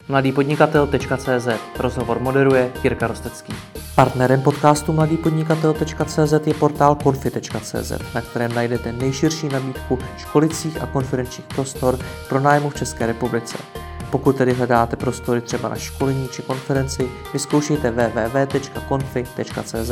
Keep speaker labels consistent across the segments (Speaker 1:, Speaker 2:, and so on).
Speaker 1: mladýpodnikatel.cz. Rozhovor moderuje Jirka Rostecký. Partnerem podcastu mladýpodnikatel.cz je portál konfi.cz, na kterém najdete nejširší nabídku školicích a konferenčních prostor pro nájmu v České republice. Pokud tedy hledáte prostory třeba na školení či konferenci, vyzkoušejte www.konfi.cz.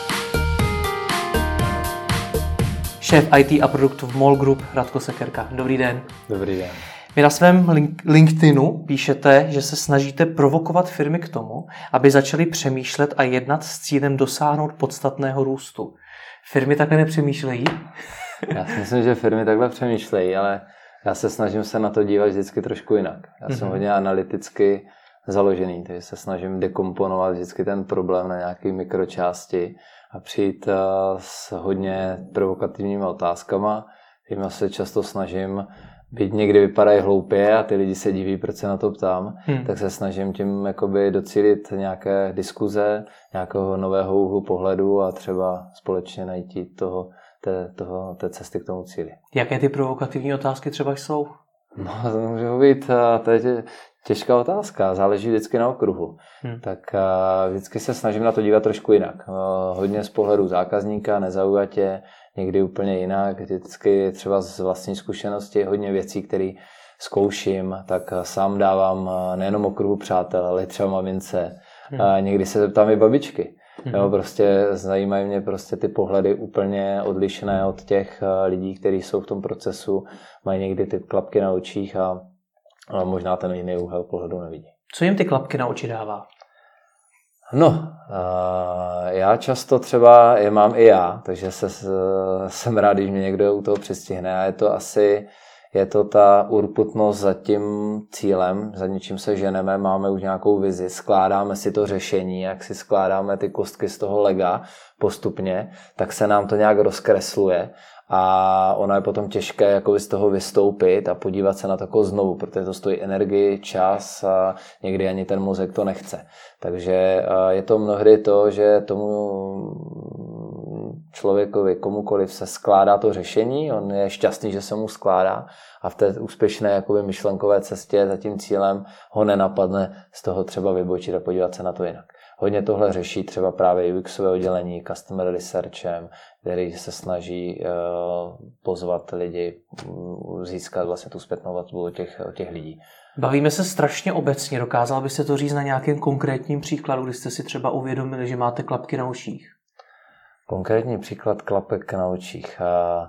Speaker 1: Šéf IT a produktu v MOL Group Radko Sekerka. Dobrý den.
Speaker 2: Dobrý den.
Speaker 1: Vy na svém LinkedInu píšete, že se snažíte provokovat firmy k tomu, aby začaly přemýšlet a jednat s cílem dosáhnout podstatného růstu. Firmy takhle nepřemýšlejí?
Speaker 2: Já si myslím, že firmy takhle přemýšlejí, ale já se snažím se na to dívat vždycky trošku jinak. Já jsem hodně analyticky založený, takže se snažím dekomponovat vždycky ten problém na nějaké mikročásti a přijít s hodně provokativními otázkama. Tím se často snažím, byť někdy vypadají hloupě a ty lidi se diví, proč se na to ptám, tak se snažím tím jakoby docílit nějaké diskuze, nějakého nového úhlu pohledu a třeba společně najít té cesty k tomu cíli.
Speaker 1: Jaké ty provokativní otázky třeba jsou?
Speaker 2: No, to může být, to je těžká otázka, záleží vždycky na okruhu. Tak vždycky se snažím na to dívat trošku jinak. Hodně z pohledu zákazníka, nezaujatě, někdy úplně jinak. Vždycky třeba z vlastní zkušenosti hodně věcí, které zkouším, tak sám dávám nejenom okruhu přátel, ale třeba mamince. Někdy se zeptám i babičky. Jo, prostě zajímají mě prostě ty pohledy úplně odlišné od těch lidí, kteří jsou v tom procesu, mají někdy ty klapky na očích a možná ten jiný úhel pohledu nevidí.
Speaker 1: Co jim ty klapky na oči dává?
Speaker 2: No, já často třeba je mám i já, takže jsem rád, když mě někdo u toho přistihne a je to ta urputnost za tím cílem, za něčím se ženeme, máme už nějakou vizi, skládáme si to řešení, jak si skládáme ty kostky z toho lega postupně, tak se nám to nějak rozkresluje a ono je potom těžké jakoby z toho vystoupit a podívat se na to znovu, protože to stojí energii, čas a někdy ani ten mozek to nechce. Takže je to mnohdy to, že tomu člověkovi, komukoliv se skládá to řešení, on je šťastný, že se mu skládá a v té úspěšné jakoby myšlenkové cestě za tím cílem ho nenapadne z toho třeba vybočit a podívat se na to jinak. Hodně tohle řeší třeba právě UXové oddělení, customer researchem, který se snaží pozvat lidi, získat vlastně tu zpětnou vazbu od těch lidí.
Speaker 1: Bavíme se strašně obecně. Dokázal byste to říct na nějakém konkrétním příkladu, kdy jste si třeba uvědomili, že máte klapky na očích?
Speaker 2: Konkrétní příklad klapek na očích.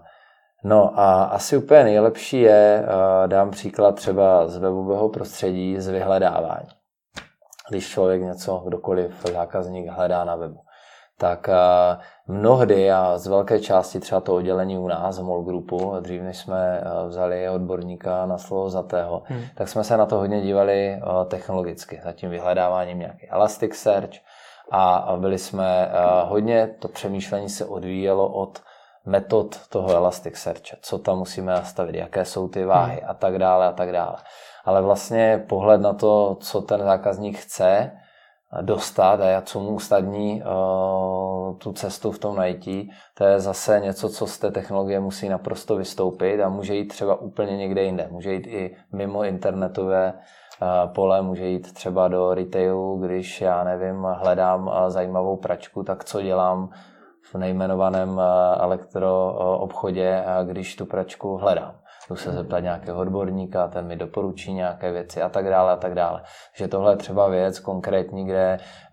Speaker 2: No a asi úplně nejlepší je, dám příklad třeba z webového prostředí, z vyhledávání. Když člověk kdokoliv zákazník hledá na webu, tak mnohdy a z velké části třeba to oddělení u nás v MOL Groupu, dřív než jsme vzali odborníka na slovo Zatého, tak jsme se na to hodně dívali technologicky, za tím vyhledáváním nějaký Elasticsearch a byli jsme hodně, to přemýšlení se odvíjelo od metod toho Elasticsearche, co tam musíme nastavit, jaké jsou ty váhy a tak dále a tak dále. Ale vlastně pohled na to, co ten zákazník chce dostat a co mu usnadní tu cestu v tom najít, to je zase něco, co z té technologie musí naprosto vystoupit a může jít třeba úplně někde jinde. Může jít i mimo internetové pole, může jít třeba do retailu, když já nevím, hledám zajímavou pračku, tak co dělám v nejmenovaném elektroobchodě, když tu pračku hledám. Jdu se zeptat nějakého odborníka, ten mi doporučí nějaké věci a tak dále a tak dále. Takže tohle je třeba věc konkrétní, kde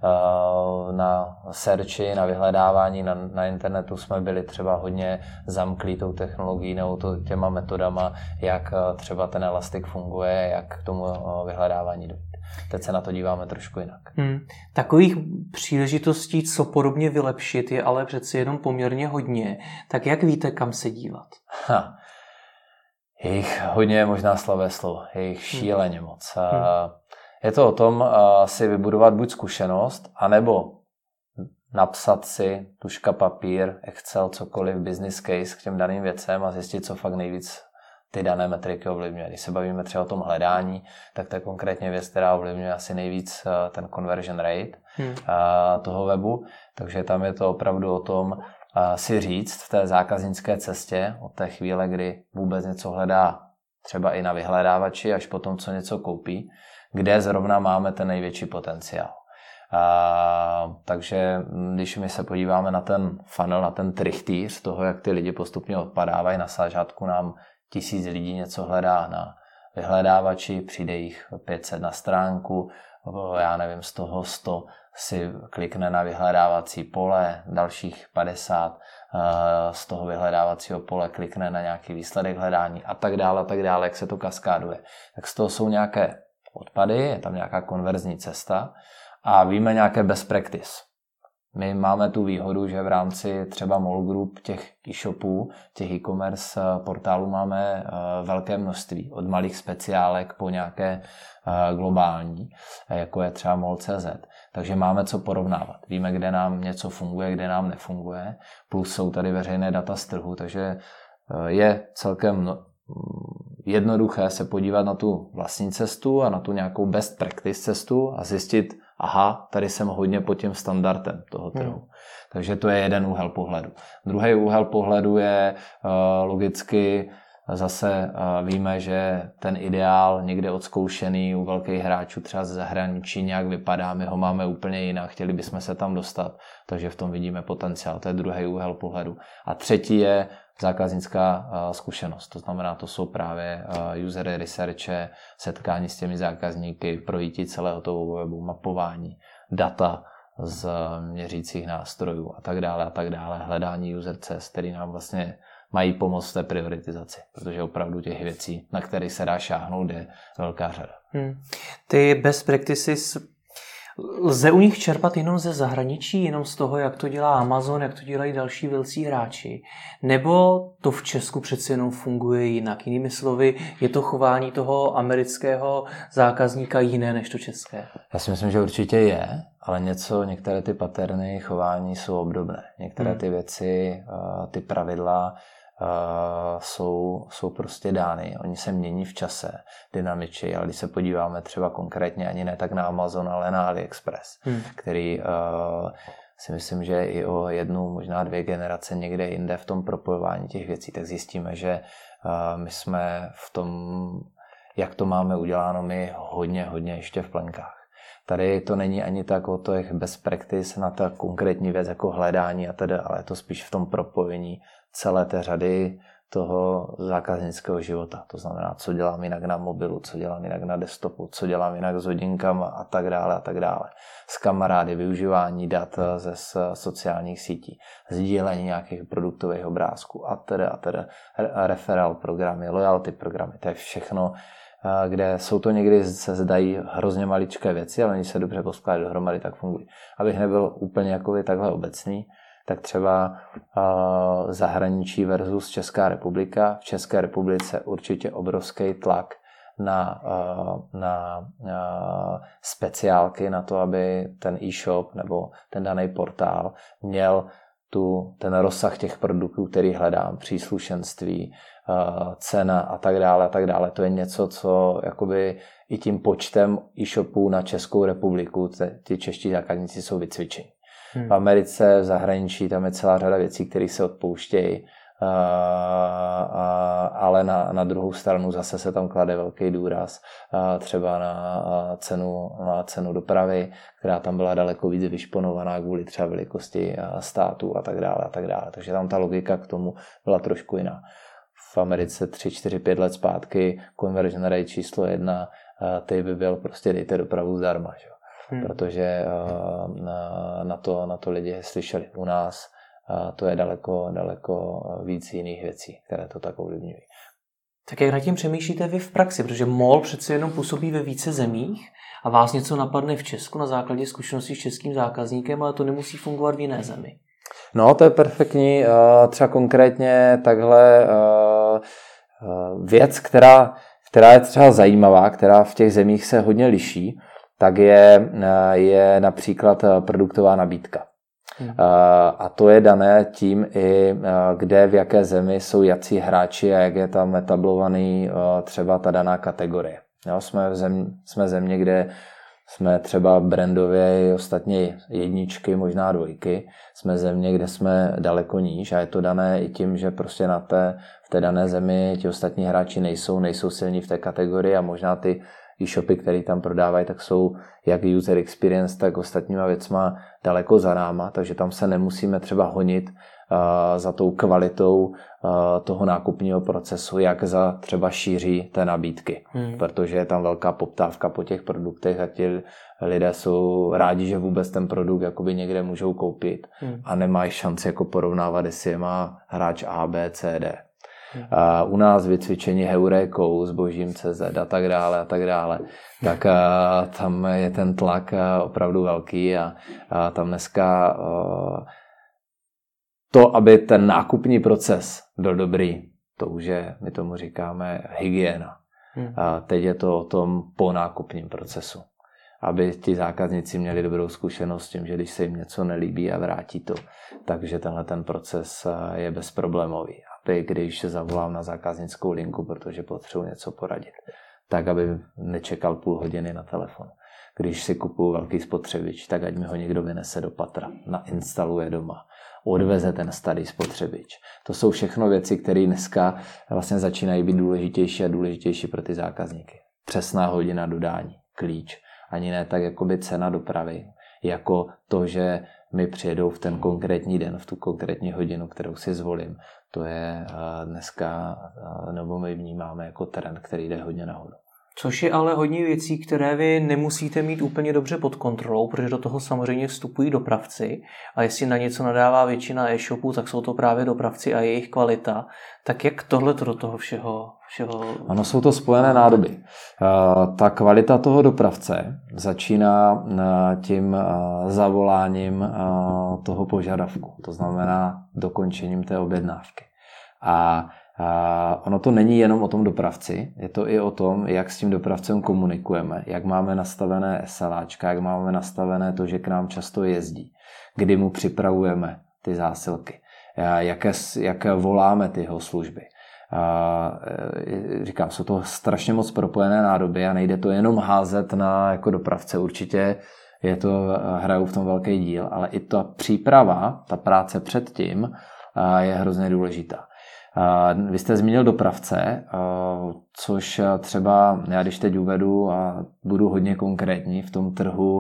Speaker 2: na searchi, na vyhledávání na internetu jsme byli třeba hodně zamklí tou technologií nebo těma metodama, jak třeba ten Elastic funguje, jak k tomu vyhledávání dojít. Teď se na to díváme trošku jinak.
Speaker 1: Takových příležitostí, co podobně vylepšit, je ale přeci jenom poměrně hodně. Tak jak víte, kam se dívat?
Speaker 2: Je jich hodně, možná slabé slovo, je jich šíleně moc. Je to o tom si vybudovat buď zkušenost, anebo napsat si tužka papír, Excel, cokoliv, business case k těm daným věcem a zjistit, co fakt nejvíc ty dané metriky ovlivňuje. Když se bavíme třeba o tom hledání, tak to je konkrétně věc, která ovlivňuje asi nejvíc ten conversion rate toho webu, takže tam je to opravdu o tom si říct v té zákaznické cestě od té chvíle, kdy vůbec něco hledá třeba i na vyhledávači, až potom, co něco koupí, kde zrovna máme ten největší potenciál. Takže když my se podíváme na ten funnel, na ten trichtýř toho, jak ty lidi postupně odpadávají, na začátku nám 1000 lidí něco hledá na vyhledávači, přijde jich 500 na stránku, já nevím, z toho 100 si klikne na vyhledávací pole, dalších 50 z toho vyhledávacího pole klikne na nějaký výsledek hledání a tak dále, jak se to kaskáduje. Tak z toho jsou nějaké odpady, je tam nějaká konverzní cesta a víme nějaké best practice. My máme tu výhodu, že v rámci třeba Mall Group těch e-shopů, těch e-commerce portálů máme velké množství, od malých speciálek po nějaké globální, jako je třeba Mall.cz. Takže máme co porovnávat. Víme, kde nám něco funguje, kde nám nefunguje, plus jsou tady veřejné data z trhu, takže je celkem jednoduché se podívat na tu vlastní cestu a na tu nějakou best practice cestu a zjistit, aha, tady jsem hodně pod tím standardem toho trhu. Takže to je jeden úhel pohledu. Druhý úhel pohledu je logicky, zase víme, že ten ideál někde odzkoušený u velkých hráčů třeba ze zahraničí nějak vypadá, my ho máme úplně jinak, chtěli bychom se tam dostat, takže v tom vidíme potenciál, to je druhý úhel pohledu. A třetí je zákaznická zkušenost, to znamená, to jsou právě user researche, setkání s těmi zákazníky, projítí celého toho webu, mapování, data z měřících nástrojů a tak dále, hledání user cest, který nám vlastně mají pomoct v té prioritizaci, protože opravdu těch věcí, na kterých se dá šáhnout, je velká řada.
Speaker 1: Ty best practices lze u nich čerpat jenom ze zahraničí, jenom z toho, jak to dělá Amazon, jak to dělají další velcí hráči? Nebo to v Česku přeci jenom funguje jinak? Jinými slovy, je to chování toho amerického zákazníka jiné než to české?
Speaker 2: Já si myslím, že určitě je, ale některé ty paterny chování jsou obdobné. Některé ty věci, ty pravidla jsou prostě dány. Oni se mění v čase, dynamičně, ale když se podíváme třeba konkrétně ani ne tak na Amazon, ale na AliExpress, který si myslím, že i o 1, možná 2 generace někde jinde v tom propojování těch věcí, tak zjistíme, že my jsme v tom, jak to máme uděláno, my hodně ještě v plenkách. Tady to není ani tak o těch best practice na ta konkrétní věc jako hledání a teda, ale je to spíš v tom propojení celé té řady toho zákaznického života. To znamená, co dělám jinak na mobilu, co dělám jinak na desktopu, co dělám jinak s hodinkama a tak dále. S kamarády, využívání dat ze sociálních sítí, sdílení nějakých produktových obrázků a teda. Referral programy, loyalty programy, to je všechno, kde jsou to někdy se zdají hrozně maličké věci, ale když se dobře poskládají dohromady, tak fungují. Abych nebyl úplně jako takhle obecný, tak třeba zahraničí versus Česká republika. V České republice určitě obrovský tlak na speciálky, na to, aby ten e-shop nebo ten daný portál měl ten rozsah těch produktů, který hledám, příslušenství, cena a tak dále. To je něco, co jakoby i tím počtem e-shopů na Českou republiku ty čeští zákazníci jsou vycvičení. V Americe, v zahraničí, tam je celá řada věcí, které se odpouštějí, ale na druhou stranu zase se tam klade velký důraz třeba na cenu dopravy, která tam byla daleko víc vyšponovaná kvůli třeba velikosti států a tak dále. Takže tam ta logika k tomu byla trošku jiná. V Americe 3, 4, 5 let zpátky conversion rate číslo 1, ty by byl prostě dejte dopravu zdarma, že? Protože na to lidi slyšeli. U nás to je daleko víc jiných věcí, které to tak ovlivňují.
Speaker 1: Tak jak nad tím přemýšlíte vy v praxi? Protože MOL přece jenom působí ve více zemích a vás něco napadne v Česku na základě zkušeností s českým zákazníkem, ale to nemusí fungovat v jiné zemi.
Speaker 2: No, to je perfektní. Třeba konkrétně takhle věc, která je třeba zajímavá, která v těch zemích se hodně liší, tak je například produktová nabídka. A to je dané tím i, kde v jaké zemi jsou jací hráči a jak je tam etablovaný třeba ta daná kategorie. Jo, jsme země, kde jsme třeba brandově ostatně 1, možná 2. Jsme země, kde jsme daleko níž a je to dané i tím, že prostě v té dané zemi ti ostatní hráči nejsou silní v té kategorii a možná ty e-shopy, které tam prodávají, tak jsou jak user experience, tak ostatníma věcma daleko za náma, takže tam se nemusíme třeba honit za tou kvalitou toho nákupního procesu, jak za třeba šíří té nabídky, protože je tam velká poptávka po těch produktech a ti lidé jsou rádi, že vůbec ten produkt jakoby někde můžou koupit a nemají šanci jako porovnávat, jestli je má hráč A, B, C, D. U nás vycvičení heurékou, zbožím CZ a tak dále, tak tam je ten tlak opravdu velký a tam dneska to, aby ten nákupní proces byl dobrý, to už je, my tomu říkáme hygiena. Teď je to o tom ponákupním procesu. Aby ti zákazníci měli dobrou zkušenost s tím, že když se jim něco nelíbí a vrátí to, takže tenhle ten proces je bezproblémový. Aby když zavolám na zákaznickou linku, protože potřebuji něco poradit, tak aby nečekal půl hodiny na telefon. Když si kupuju velký spotřebič, tak ať mi ho někdo vynese do patra, nainstaluje doma, odveze ten starý spotřebič. To jsou všechno věci, které dneska vlastně začínají být důležitější a důležitější pro ty zákazníky. Přesná hodina dodání, klíč. Ani ne tak jakoby cena dopravy, jako to, že mi přijedou v ten konkrétní den, v tu konkrétní hodinu, kterou si zvolím. To je dneska, nebo my vnímáme jako trend, který jde hodně nahoru.
Speaker 1: Což je ale hodně věcí, které vy nemusíte mít úplně dobře pod kontrolou, protože do toho samozřejmě vstupují dopravci a jestli na něco nadává většina e-shopů, tak jsou to právě dopravci a jejich kvalita. Tak jak tohle do toho všeho...
Speaker 2: Ano, jsou to spojené nádoby. Ta kvalita toho dopravce začíná tím zavoláním toho požadavku, to znamená dokončením té objednávky. A ono to není jenom o tom dopravci, je to i o tom, jak s tím dopravcem komunikujeme, jak máme nastavené SLAčka, jak máme nastavené to, že k nám často jezdí, kdy mu připravujeme ty zásilky, jak voláme ty jeho služby. Říkám, jsou to strašně moc propojené nádoby a nejde to jenom házet na jako dopravce, určitě je to, hrajou v tom velký díl, ale i ta příprava, ta práce předtím je hrozně důležitá. Vy jste zmínil dopravce, což třeba já když teď uvedu a budu hodně konkrétní v tom trhu,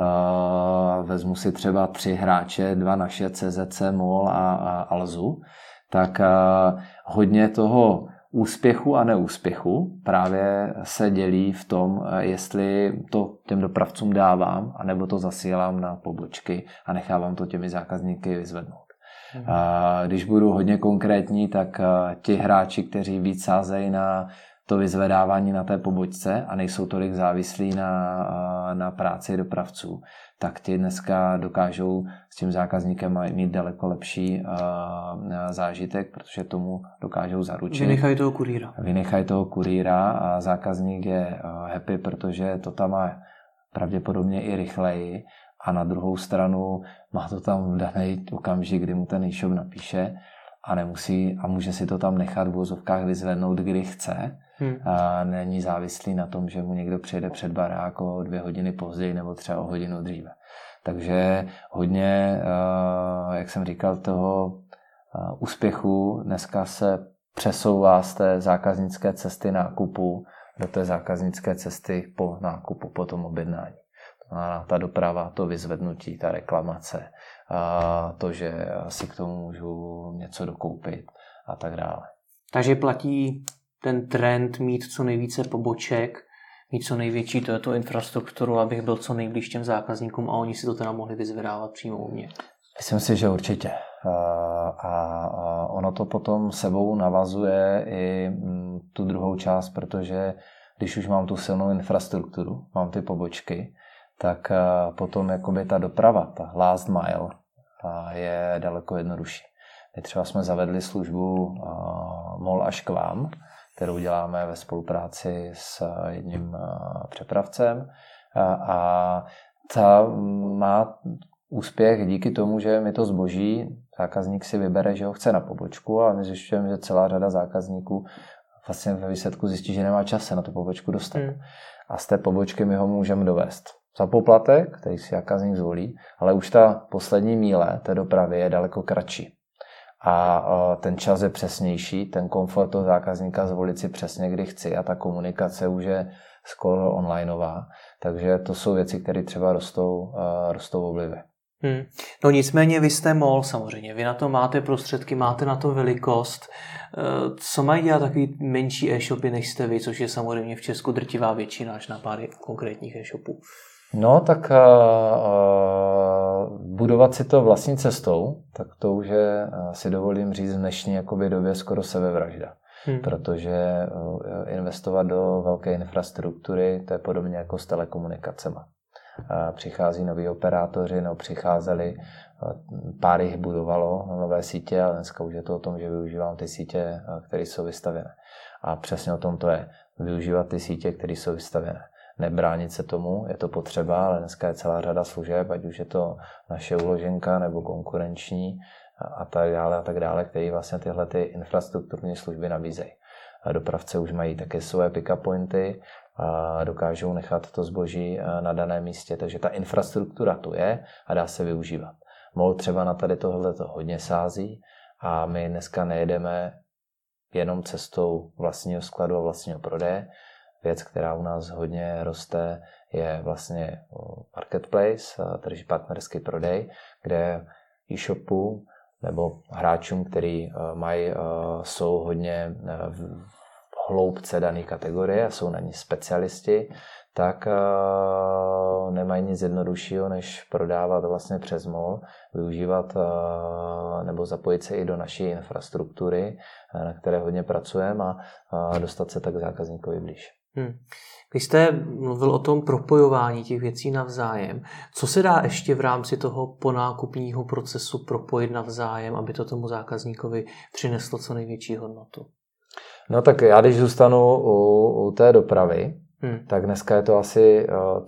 Speaker 2: vezmu si třeba 3 hráče, 2 naše, CZC, MOL a Alzu, tak hodně toho úspěchu a neúspěchu právě se dělí v tom, jestli to těm dopravcům dávám, anebo to zasílám na pobočky a nechávám to těmi zákazníky vyzvednout. Když budu hodně konkrétní, tak ti hráči, kteří víc sázejí na to vyzvedávání na té pobočce a nejsou tolik závislí na práci dopravců, tak ti dneska dokážou s tím zákazníkem mít daleko lepší zážitek, protože tomu dokážou zaručit. Vynechají toho kurýra a zákazník je happy, protože to tam má pravděpodobně i rychleji. A na druhou stranu má to tam v daný okamžik, kdy mu ten e-shop napíše a může si to tam nechat v vozovkách vyzvednout, kdy chce. A není závislý na tom, že mu někdo přijede před barák o 2 hodiny později nebo třeba o hodinu dříve. Takže hodně, jak jsem říkal, toho úspěchu dneska se přesouvá z té zákaznické cesty nákupu do té zákaznické cesty po nákupu, po tom objednání. Ta doprava, to vyzvednutí, ta reklamace, to, že si k tomu můžu něco dokoupit a tak dále.
Speaker 1: Takže platí ten trend mít co nejvíce poboček, mít co největší tu infrastrukturu, abych byl co nejblíž těm zákazníkům a oni si to teda mohli vyzvedávat přímo u mě.
Speaker 2: Myslím si, že určitě. A ono to potom sebou navazuje i tu druhou část, protože když už mám tu silnou infrastrukturu, mám ty pobočky, tak potom jakoby ta doprava, ta last mile, je daleko jednodušší. My třeba jsme zavedli službu MOL až k vám, kterou děláme ve spolupráci s jedním přepravcem a ta má úspěch díky tomu, že mi to zboží, zákazník si vybere, že ho chce na pobočku a my zjišťujeme, že celá řada zákazníků vlastně ve výsledku zjistí, že nemá čas se na tu pobočku dostat. A z té pobočky my ho můžeme dovést za poplatek, který si zákazník zvolí, ale už ta poslední míle té dopravy je daleko kratší. A ten čas je přesnější, ten komfort toho zákazníka zvolit si přesně, kdy chci a ta komunikace už je skoro onlineová. Takže to jsou věci, které třeba rostou v oblibě.
Speaker 1: No nicméně vy jste mall samozřejmě, vy na to máte prostředky, máte na to velikost. Co mají dělat takový menší e-shopy než jste vy, což je samozřejmě v Česku drtivá většina až na pár konkrétních e-shopů?
Speaker 2: No tak budovat si to vlastní cestou, tak to už je, si dovolím říct, v dnešní jakoby době skoro sebevražda. Protože investovat do velké infrastruktury, to je podobně jako s telekomunikacema. Přichází noví operátoři, přicházeli, pár jich budovalo nové sítě, ale dneska už je to o tom, že využívám ty sítě, které jsou vystavěné. A přesně o tom to je. Využívat ty sítě, které jsou vystavěné. Nebránit se tomu, je to potřeba, ale dneska je celá řada služeb, ať už je to naše uloženka nebo konkurenční a tak dále, které vlastně tyhle ty infrastrukturní služby nabízejí. Dopravce už mají také své pick-up pointy a dokážou nechat to zboží na daném místě, takže ta infrastruktura tu je a dá se využívat. MOL třeba na tady tohle to hodně sází a my dneska nejedeme jenom cestou vlastního skladu a vlastního prodeje. Věc, která u nás hodně roste, je vlastně marketplace, tedy partnerský prodej, kde e-shopu nebo hráčům, který jsou hodně v hloubce dané kategorie a jsou na ní specialisti, tak nemají nic jednoduššího, než prodávat vlastně přes MOL, využívat nebo zapojit se i do naší infrastruktury, na které hodně pracujeme a dostat se tak zákazníkovi blíž.
Speaker 1: Když jste mluvil o tom propojování těch věcí navzájem, co se dá ještě v rámci toho ponákupního procesu propojit navzájem, aby to tomu zákazníkovi přineslo co největší hodnotu?
Speaker 2: No tak já, když zůstanu u té dopravy, tak dneska je to asi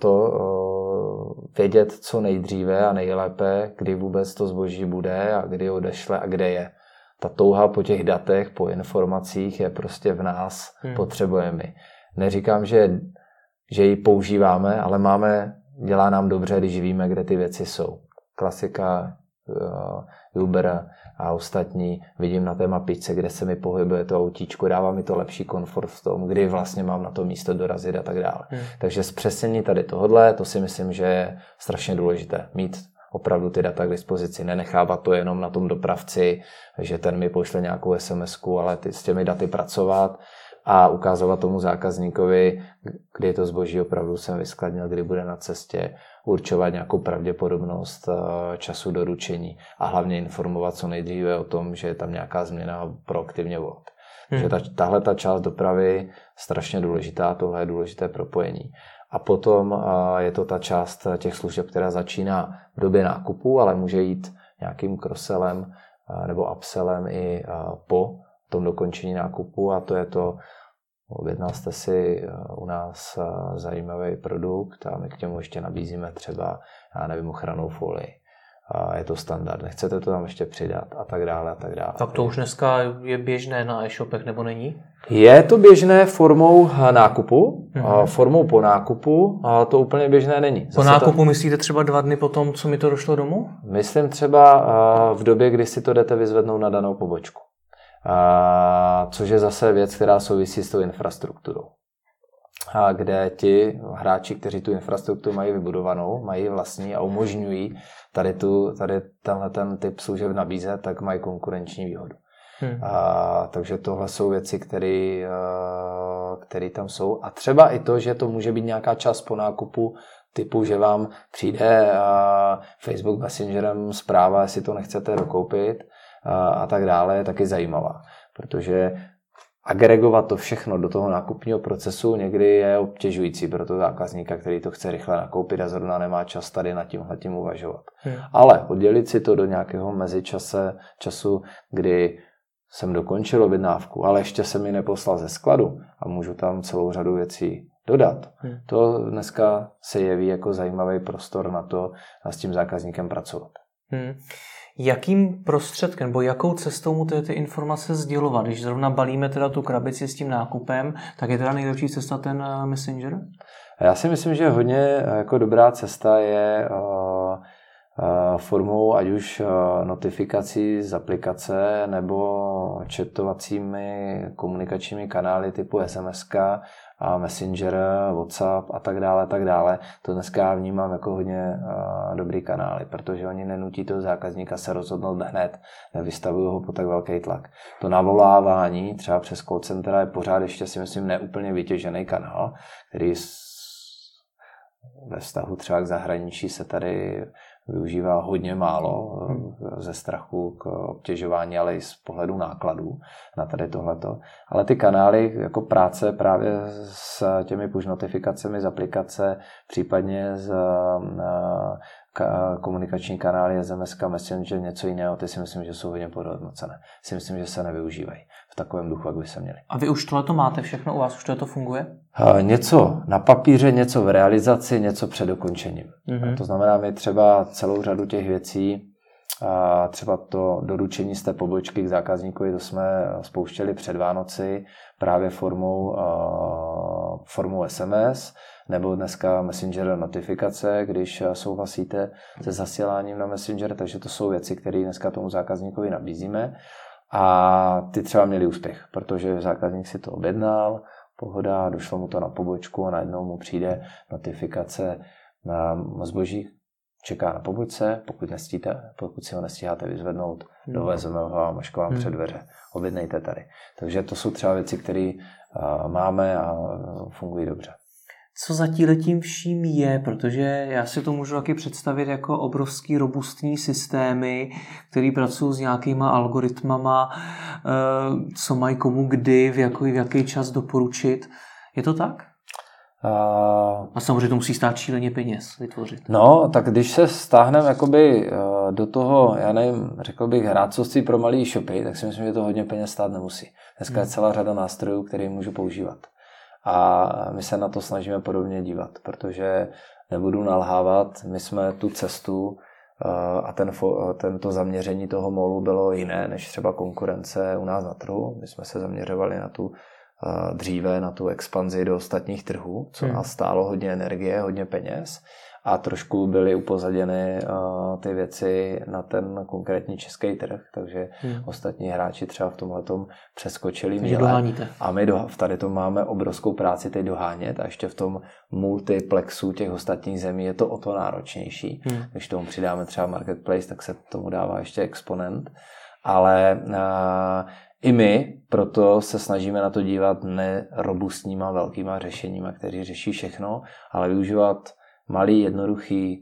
Speaker 2: vědět co nejdříve a nejlépe, kdy vůbec to zboží bude a kdy odešle a kde je. Ta touha po těch datech, po informacích je prostě v nás, potřebujeme. Neříkám, že ji používáme, ale dělá nám dobře, když víme, kde ty věci jsou. Klasika, Uber a ostatní, vidím na té mapičce, kde se mi pohybuje to autíčko, dává mi to lepší komfort v tom, kdy vlastně mám na to místo dorazit a tak dále. Takže zpřesnění tady tohodle, to si myslím, že je strašně důležité. Mít opravdu ty data k dispozici, nenechávat to jenom na tom dopravci, že ten mi pošle nějakou SMS-ku, ale s těmi daty pracovat a ukázovat tomu zákazníkovi, kdy to zboží opravdu jsem vyskladnil, kdy bude na cestě, určovat nějakou pravděpodobnost času doručení a hlavně informovat co nejdříve o tom, že je tam nějaká změna a proaktivně volat. Takže tahle ta část dopravy je strašně důležitá, tohle je důležité propojení. A potom je to ta část těch služeb, která začíná v době nákupu, ale může jít nějakým cross-sellem nebo upsellem i po tom dokončení nákupu a to je to, objednal jste si u nás zajímavý produkt a my k němu ještě nabízíme třeba, já nevím, ochrannou folii. Je to standard, nechcete to tam ještě přidat a tak dále a tak dále.
Speaker 1: Tak to už dneska je běžné na e-shopech, nebo není?
Speaker 2: Je to běžné formou nákupu, formou po nákupu, ale to úplně běžné není.
Speaker 1: Po nákupu myslíte třeba 2 dny potom, co mi to došlo domů?
Speaker 2: Myslím třeba v době, kdy si to jdete vyzvednout na danou pobočku. Což je zase věc, která souvisí s tou infrastrukturou. Kde ti hráči, kteří tu infrastrukturu mají vybudovanou, mají vlastní a umožňují tady tenhle ten typ služeb nabízet, tak mají konkurenční výhodu. Takže tohle jsou věci, které tam jsou. A třeba i to, že to může být nějaká část po nákupu typu, že vám přijde Facebook Messengerem zpráva, jestli to nechcete dokoupit a tak dále, je taky zajímavá. Protože agregovat to všechno do toho nákupního procesu někdy je obtěžující pro toho zákazníka, který to chce rychle nakoupit a zrovna nemá čas tady nad tímhletím uvažovat. Ale oddělit si to do nějakého mezičasu, kdy jsem dokončil objednávku, ale ještě jsem ji neposlal ze skladu a můžu tam celou řadu věcí dodat. To dneska se jeví jako zajímavý prostor na to a s tím zákazníkem pracovat.
Speaker 1: Jakým prostředkem, nebo jakou cestou mu ty informace sdělovat? Když zrovna balíme teda tu krabici s tím nákupem, tak je teda nejlepší cesta ten Messenger?
Speaker 2: Já si myslím, že hodně jako dobrá cesta je formou ať už notifikací z aplikace nebo chatovacími komunikačními kanály typu SMS-ka a Messenger, WhatsApp a tak dále, to dneska já vnímám jako hodně dobrý kanály, protože oni nenutí toho zákazníka se rozhodnout hned, nevystavují ho po tak velký tlak. To navolávání třeba přes call centra je pořád ještě si myslím neúplně vytěžený kanál, který ve vztahu třeba k zahraničí se tady využívá hodně málo ze strachu k obtěžování, ale i z pohledu nákladů na tady tohleto. Ale ty kanály jako práce právě s těmi push notifikacemi z aplikace, případně z komunikační kanály, SMS, Messenger, něco jiného, ty si myslím, že jsou hodně podhodnocené. Si myslím, že se nevyužívají v takovém duchu, jak by se měli.
Speaker 1: A vy už tohleto máte všechno? U vás už tohleto funguje?
Speaker 2: Něco na papíře, něco v realizaci, něco před dokončením. To znamená, my třeba celou řadu těch věcí, třeba to doručení z té pobočky k zákazníkovi, to jsme spouštěli před Vánoci právě formou SMS, nebo dneska Messenger notifikace, když souhlasíte se zasíláním na Messenger, takže to jsou věci, které dneska tomu zákazníkovi nabízíme. A ty třeba měli úspěch, protože zákazník si to objednal, pohoda, došlo mu to na pobočku a najednou mu přijde notifikace na zboží, čeká na pobočce, pokud si ho nestíháte vyzvednout, dovezeme ho a maško vám před dveře. Objednejte tady. Takže to jsou třeba věci, které máme a fungují dobře.
Speaker 1: Co za tímhletím vším je, protože já si to můžu taky představit jako obrovský robustní systémy, který pracují s nějakýma algoritmama, co mají komu kdy, v jaký čas doporučit. Je to tak? A samozřejmě to musí stát šíleně peněz vytvořit.
Speaker 2: No, tak když se stáhneme jakoby do toho, já nevím, řekl bych hrátcovství pro malý e-shopy, tak si myslím, že to hodně peněz stát nemusí. Dneska je celá řada nástrojů, které můžu používat. A my se na to snažíme podobně dívat, protože nebudu nalhávat, my jsme tu cestu a tento zaměření toho molu bylo jiné než třeba konkurence u nás na trhu. My jsme se zaměřovali na tu dříve na tu expanzi do ostatních trhů, co nás stálo hodně energie, hodně peněz a trošku byly upozaděny ty věci na ten konkrétní český trh, takže ostatní hráči třeba v tomhletom přeskočili míle. A my tady to máme obrovskou práci teď dohánět a ještě v tom multiplexu těch ostatních zemí je to o to náročnější. Když tomu přidáme třeba marketplace, tak se tomu dává ještě exponent, ale i my proto se snažíme na to dívat nerobustníma velkýma řešeníma, kteří řeší všechno, ale využívat malý, jednoduchý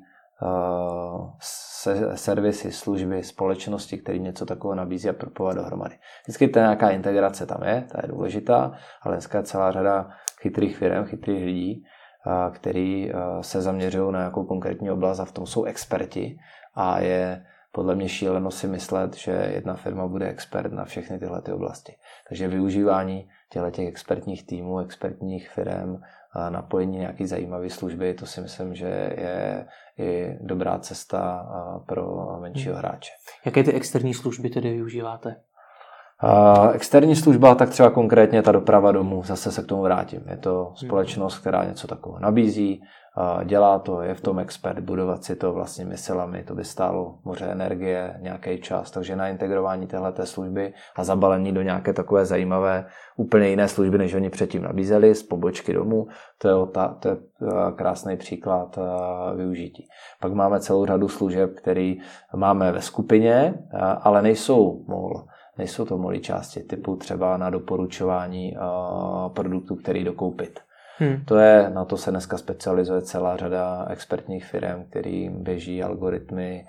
Speaker 2: servisy, služby, společnosti, které něco takového nabízí a propojovat dohromady. Vždycky ta nějaká integrace tam je, ta je důležitá, ale dneska je celá řada chytrých firm, chytrých lidí, kteří se zaměřují na nějakou konkrétní oblast a v tom jsou experti a je podle mě šíleno si myslet, že jedna firma bude expert na všechny tyhle ty oblasti. Takže využívání těch expertních týmů, expertních firm, napojení nějaké zajímavé služby, to si myslím, že je i dobrá cesta pro menšího hráče.
Speaker 1: Jaké ty externí služby tedy využíváte?
Speaker 2: Externí služba, tak třeba konkrétně ta doprava domů, zase se k tomu vrátím. Je to společnost, která něco takového nabízí, dělá to, je v tom expert, budovat si to vlastními silami, to by stálo moře energie, nějaký čas, takže na integrování téhleté služby a zabalení do nějaké takové zajímavé, úplně jiné služby, než oni předtím nabízeli, z pobočky domů, to je krásný příklad využití. Pak máme celou řadu služeb, které máme ve skupině, ale nejsou MOL. Nejsou to malé části, typu třeba na doporučování produktů, který dokoupit. Na to se dneska specializuje celá řada expertních firm, kterým běží algoritmy,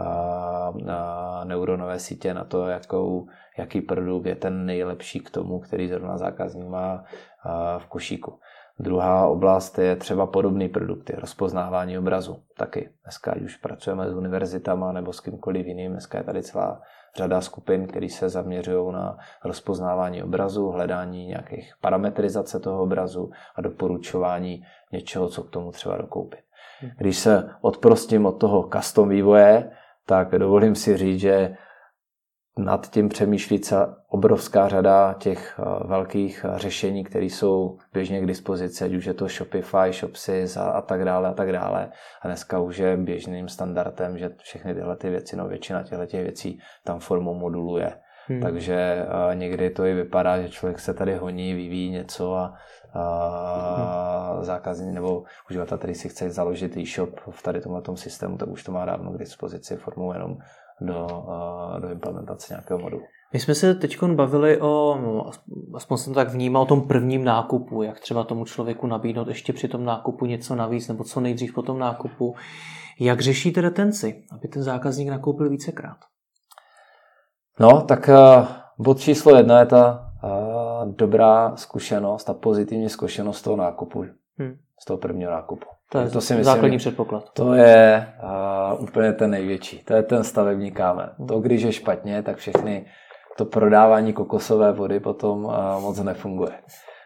Speaker 2: neuronové sítě na to, jaký produkt je ten nejlepší k tomu, který zrovna zákazník má v košíku. Druhá oblast je třeba podobné produkty, rozpoznávání obrazu. Taky dneska, ať už pracujeme s univerzitama nebo s kýmkoliv jiným, dneska je tady celá řada skupin, které se zaměřují na rozpoznávání obrazu, hledání nějakých parametrizace toho obrazu a doporučování něčeho, co k tomu třeba dokoupit. Když se odprostím od toho custom vývoje, tak dovolím si říct, že nad tím přemýšlí obrovská řada těch velkých řešení, které jsou běžně k dispozici, ať už je to Shopify, Shopsys a tak dále a tak dále. A dneska už je běžným standardem, že všechny tyhle ty věci, většina těchto věcí tam formou modulu je. Takže někdy to i vypadá, že člověk se tady honí, vyvíjí něco a zákazník nebo uživatel, který si chce založit e-shop v tady tomhletom systému, tak už to má dávno k dispozici formou jenom do implementace nějakého modulu.
Speaker 1: My jsme se teď bavili aspoň jsem to tak vnímal, o tom prvním nákupu, jak třeba tomu člověku nabídnout ještě při tom nákupu něco navíc, nebo co nejdřív po tom nákupu. Jak řešíte retenci, aby ten zákazník nakoupil vícekrát?
Speaker 2: No, tak bod číslo 1 je ta dobrá zkušenost, ta pozitivní zkušenost toho nákupu, z toho prvního nákupu.
Speaker 1: To je základní předpoklad.
Speaker 2: To je úplně ten největší, to je ten stavební kámen. To, když je špatně, tak všechny to prodávání kokosové vody potom moc nefunguje.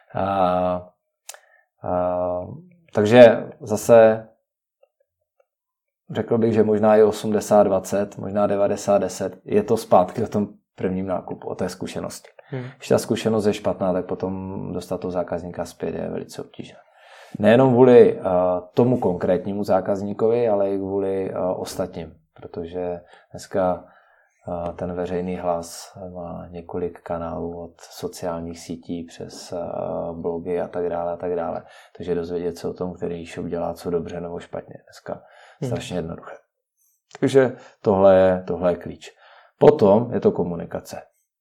Speaker 2: Takže zase řekl bych, že možná i 80-20, možná 90-10, je to zpátky o tom prvním nákupu, o té zkušenosti. Když ta zkušenost je špatná, tak potom dostat toho zákazníka zpět je velice obtížné. Nejenom kvůli tomu konkrétnímu zákazníkovi, ale i kvůli ostatním, protože dneska ten veřejný hlas má několik kanálů od sociálních sítí přes blogy a tak dále. Takže dozvědět se o tom, který e-shop dělá co dobře nebo špatně. Dneska strašně jednoduché. Takže tohle je klíč. Potom je to komunikace.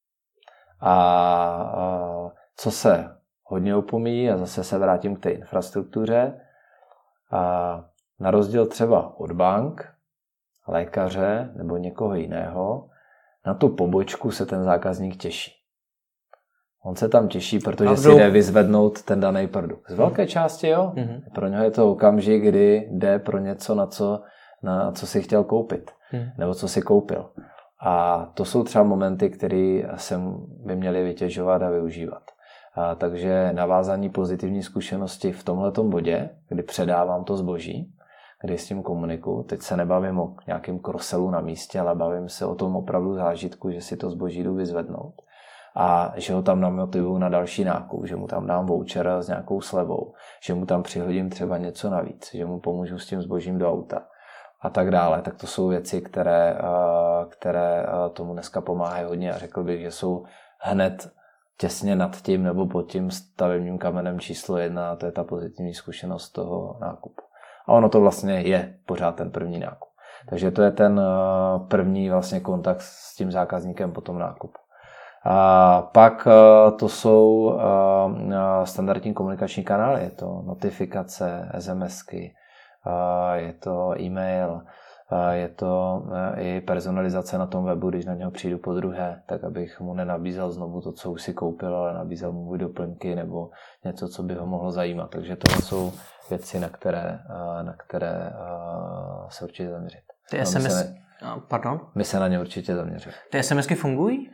Speaker 2: A co se hodně opomíjí, a zase se vrátím k té infrastruktuře, a na rozdíl třeba od bank, lékaře nebo někoho jiného, na tu pobočku se ten zákazník těší. On se tam těší, protože si jde vyzvednout ten daný produkt. Z velké části jo. Pro něho je to okamžik, kdy jde pro něco, na co si chtěl koupit. Nebo co si koupil. A to jsou třeba momenty, které by měli vytěžovat a využívat. Takže navázání pozitivní zkušenosti v tomhletom bodě, kdy předávám to zboží, kdy s tím komunikuju. Teď se nebavím o nějakém kroselu na místě, ale bavím se o tom opravdu zážitku, že si to zboží jdu vyzvednout a že ho tam namotivuju na další nákup, že mu tam dám voucher s nějakou slevou, že mu tam přihodím třeba něco navíc, že mu pomůžu s tím zbožím do auta a tak dále. Tak to jsou věci, které tomu dneska pomáhají hodně a řekl bych, že jsou hned těsně nad tím nebo pod tím stavebním kamenem číslo 1 a to je ta pozitivní zkušenost toho nákupu. A ono to vlastně je pořád ten první nákup. Takže to je ten první vlastně kontakt s tím zákazníkem po tom nákupu. A pak to jsou standardní komunikační kanály. Je to notifikace, SMSky, je to e-mail, je to i personalizace na tom webu, když na něho přijdu po druhé, tak abych mu nenabízel znovu to, co už si koupil, ale nabízel mu doplňky nebo něco, co by ho mohlo zajímat. Takže tohle jsou věci, na které se určitě zaměřit.
Speaker 1: Ty SMS... Pardon?
Speaker 2: My se na ně určitě zaměříme.
Speaker 1: Ty SMSky fungují?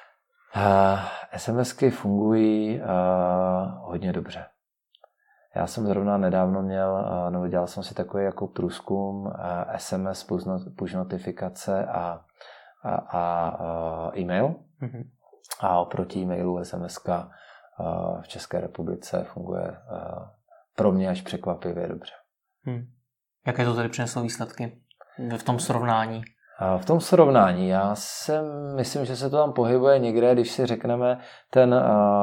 Speaker 2: SMSky fungují hodně dobře. Já jsem zrovna nedávno dělal jsem si takový jako průzkum SMS, push notifikace a e-mail. A oproti e-mailu SMSka v České republice funguje pro mě až překvapivě dobře.
Speaker 1: Jaké to tedy přineslo výsledky v tom srovnání?
Speaker 2: V tom srovnání já myslím, že se to tam pohybuje někde, když si řekneme ten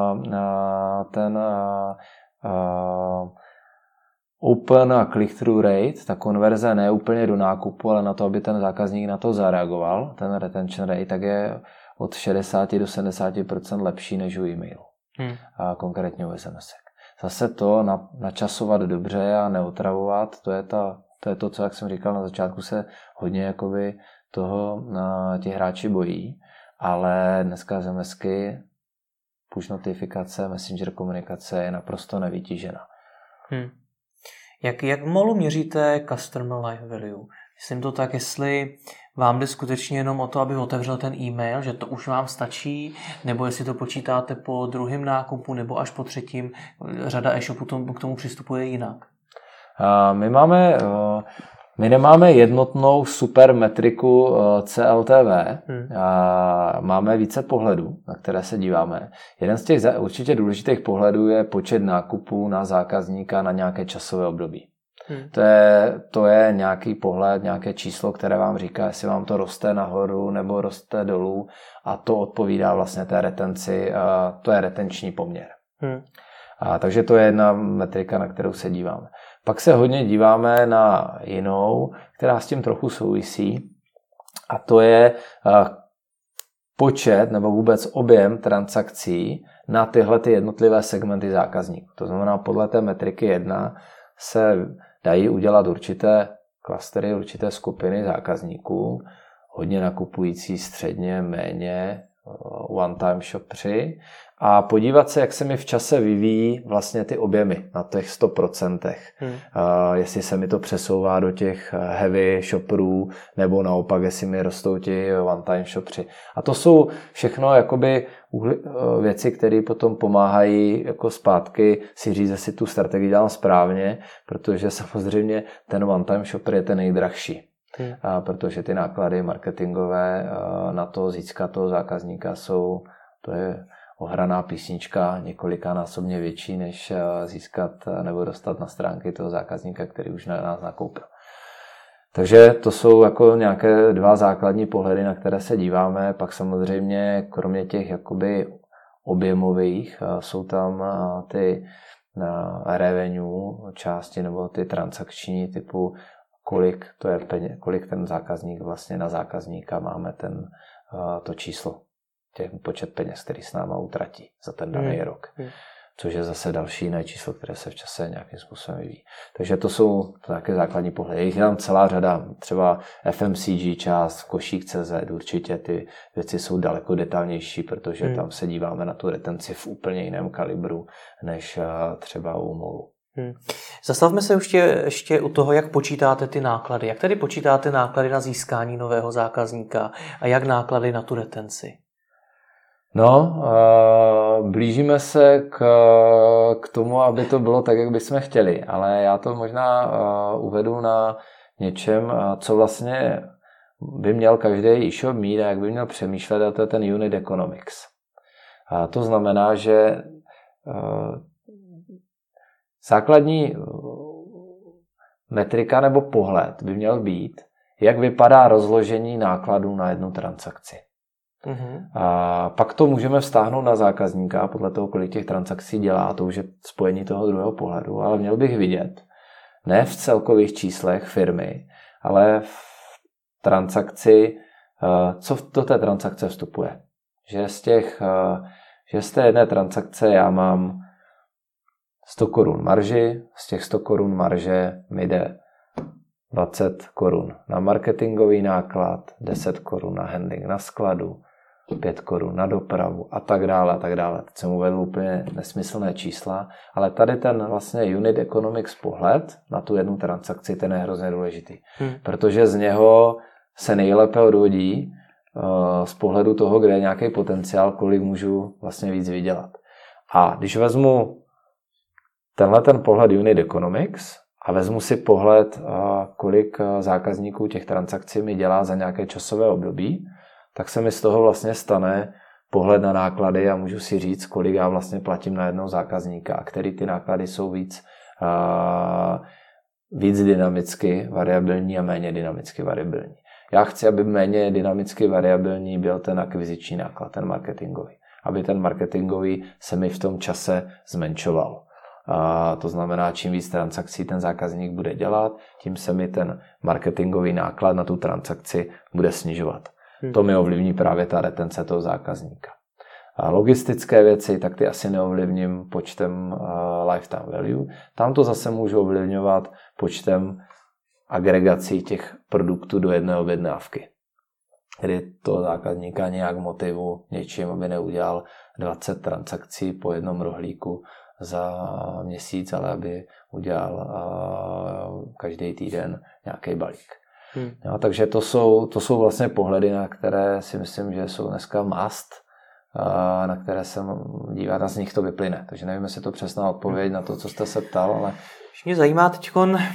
Speaker 2: open a click-through rate, ta konverze ne úplně do nákupu, ale na to, aby ten zákazník na to zareagoval, ten retention rate, tak je od 60 do 70% lepší než u e-mailu. Konkrétně u SMS-ek. Zase to načasovat dobře a neotravovat, to je to, co, jak jsem říkal, na začátku se hodně jakoby toho ti hráči bojí, ale dneska SMSky, push notifikace, messenger komunikace je naprosto nevytížena. My nemáme jednotnou super metriku CLTV. Máme více pohledů, na které se díváme. Jeden z těch určitě důležitých pohledů je počet nákupů na zákazníka na nějaké časové období. To je nějaký pohled, nějaké číslo, které vám říká, jestli vám to roste nahoru nebo roste dolů a to odpovídá vlastně té retenci, to je retenční poměr. Takže to je jedna metrika, na kterou se díváme. Pak se hodně díváme na jinou, která s tím trochu souvisí a to je počet nebo vůbec objem transakcí na tyhle ty jednotlivé segmenty zákazníků. To znamená, podle té metriky 1 se dají udělat určité klastery, určité skupiny zákazníků, hodně nakupující, středně, méně, one-time shopři a podívat se, jak se mi v čase vyvíjí vlastně ty objemy na těch 100%. Jestli se mi to přesouvá do těch heavy shopperů, nebo naopak, jestli mi rostou ti one-time shopři. A to jsou všechno jakoby věci, které potom pomáhají jako zpátky si říct, jestli tu strategii dělám správně, protože samozřejmě ten one-time shopper je ten nejdražší. Protože ty náklady marketingové na to získat toho zákazníka to je ohraná písnička několikanásobně větší, než získat nebo dostat na stránky toho zákazníka, který už na nás nakoupil. Takže to jsou jako nějaké dva základní pohledy, na které se díváme. Pak samozřejmě kromě těch jakoby objemových jsou tam ty revenue části nebo ty transakční typu kolik ten zákazník vlastně na zákazníka máme to číslo, počet peněz, který s náma utratí za ten daný rok. Což je zase další jiné číslo, které se v čase nějakým způsobem vyvíjí. Takže to jsou také základní pohledy. Je tam celá řada, třeba FMCG část, košík.cz, určitě ty věci jsou daleko detailnější, protože tam se díváme na tu retenci v úplně jiném kalibru, než třeba u MOLu.
Speaker 1: Zastavme se ještě u toho, jak počítáte ty náklady. Jak tedy počítáte náklady na získání nového zákazníka a jak náklady na tu retenci?
Speaker 2: No, blížíme se k tomu, aby to bylo tak, jak bychom chtěli, ale já to možná uvedu na něčem, co vlastně by měl každý e-shop mít a jak by měl přemýšlet, a to je ten unit economics. A to znamená, že základní metrika nebo pohled by měl být, jak vypadá rozložení nákladů na jednu transakci. A pak to můžeme vztáhnout na zákazníka podle toho, kolik těch transakcí dělá, to už je spojení toho druhého pohledu, ale měl bych vidět, ne v celkových číslech firmy, ale v transakci, co do té transakce vstupuje. Že z té jedné transakce já mám 100 korun marži, z těch 100 korun marže mi jde 20 korun na marketingový náklad, 10 korun na handling na skladu, 5 korun na dopravu a tak dále, a tak dále. Teď jsem uvedl úplně nesmyslné čísla, ale tady ten vlastně unit economics pohled na tu jednu transakci, ten je hrozně důležitý. Protože z něho se nejlépe odvodí z pohledu toho, kde je nějaký potenciál, kolik můžu vlastně víc vydělat. A když vezmu tenhle ten pohled unit economics a vezmu si pohled, kolik zákazníků těch transakcí mi dělá za nějaké časové období, tak se mi z toho vlastně stane pohled na náklady a můžu si říct, kolik já vlastně platím na jednoho zákazníka a který ty náklady jsou víc dynamicky variabilní a méně dynamicky variabilní. Já chci, aby méně dynamicky variabilní byl ten akviziční náklad, ten marketingový. Aby ten marketingový se mi v tom čase zmenšoval. To znamená, čím víc transakcí ten zákazník bude dělat, tím se mi ten marketingový náklad na tu transakci bude snižovat. To mi ovlivní právě ta retence toho zákazníka. A logistické věci, tak ty asi neovlivním počtem lifetime value. Tam to zase můžu ovlivňovat počtem agregací těch produktů do jedné objednávky. Kdy toho zákazníka nějak motivu něčím, aby neudělal 20 transakcí po jednom rohlíku za měsíc, ale aby udělal každý týden nějaký balík. Jo, takže to jsou vlastně pohledy, na které si myslím, že jsou dneska must, na které se dívat a z nich to vyplyne. Takže nevím, jestli to přesná odpověď na to, co jste se ptal, ale...
Speaker 1: Mě zajímá teďkon,